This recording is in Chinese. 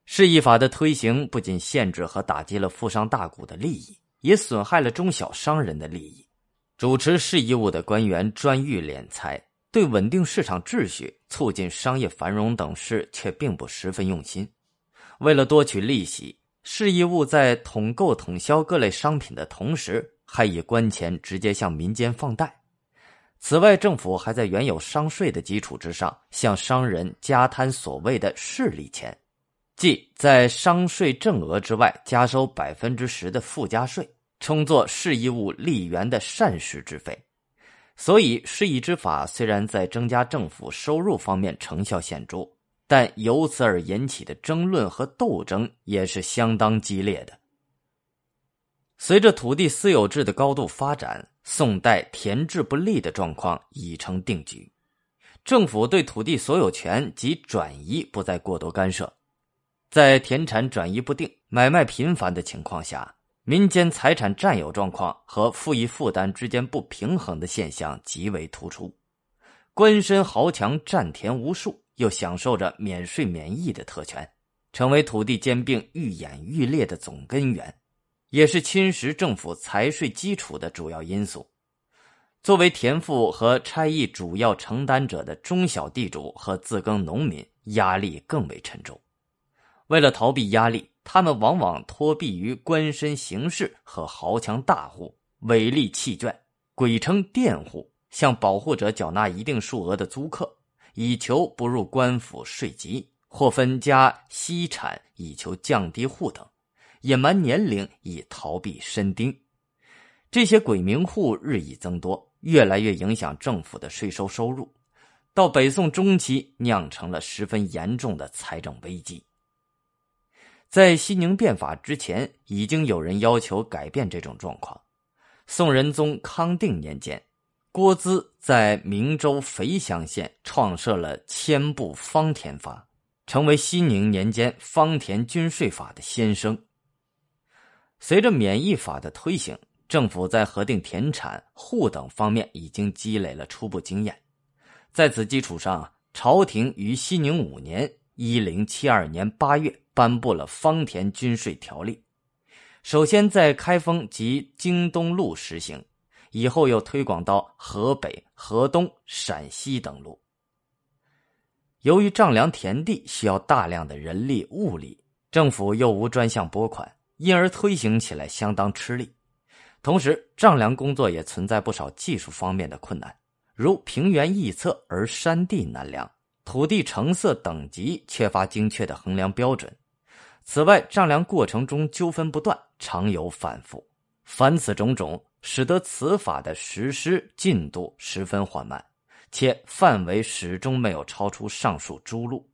市议法的推行不仅限制和打击了富商大贾的利益，也损害了中小商人的利益。主持市议务的官员专欲敛财，对稳定市场秩序、促进商业繁荣等事却并不十分用心。为了多取利息，市议务在统购统销各类商品的同时，还以官钱直接向民间放贷。此外，政府还在原有商税的基础之上，向商人加摊所谓的市力钱，即在商税正额之外加收 10% 的附加税，充作市议务吏员的膳食之费。所以市议之法虽然在增加政府收入方面成效显著，但由此而引起的争论和斗争也是相当激烈的。随着土地私有制的高度发展，宋代田制不利的状况已成定局，政府对土地所有权及转移不再过多干涉。在田产转移不定、买卖频繁的情况下，民间财产占有状况和赋役负担之间不平衡的现象极为突出。官绅豪强占田无数，又享受着免税免役的特权，成为土地兼并愈演愈烈的总根源，也是侵蚀政府财税基础的主要因素。作为田赋和差役主要承担者的中小地主和自耕农民，压力更为沉重。为了逃避压力，他们往往托庇于官绅行事和豪强大户，违例弃券，鬼称佃户，向保护者缴纳一定数额的租客，以求不入官府税籍，或分家息产以求降低户等，隐瞒年龄以逃避申丁。这些鬼名户日益增多，越来越影响政府的税收入，到北宋中期酿成了十分严重的财政危机。在熙宁变法之前，已经有人要求改变这种状况。宋仁宗康定年间，郭淄在明州肥乡县创设了千部方田法，成为熙宁年间方田均税法的先声。随着免役法的推行，政府在核定田产、户等方面已经积累了初步经验。在此基础上，朝廷于熙宁5年1072年8月颁布了方田均税条例，首先在开封及京东路实行，以后又推广到河北、河东、陕西等路。由于丈量田地需要大量的人力物力，政府又无专项拨款，因而推行起来相当吃力。同时，丈量工作也存在不少技术方面的困难，如平原易测而山地难量，土地成色等级缺乏精确的衡量标准。此外，丈量过程中纠纷不断，常有反复。凡此种种，使得此法的实施进度十分缓慢，且范围始终没有超出上述诸路。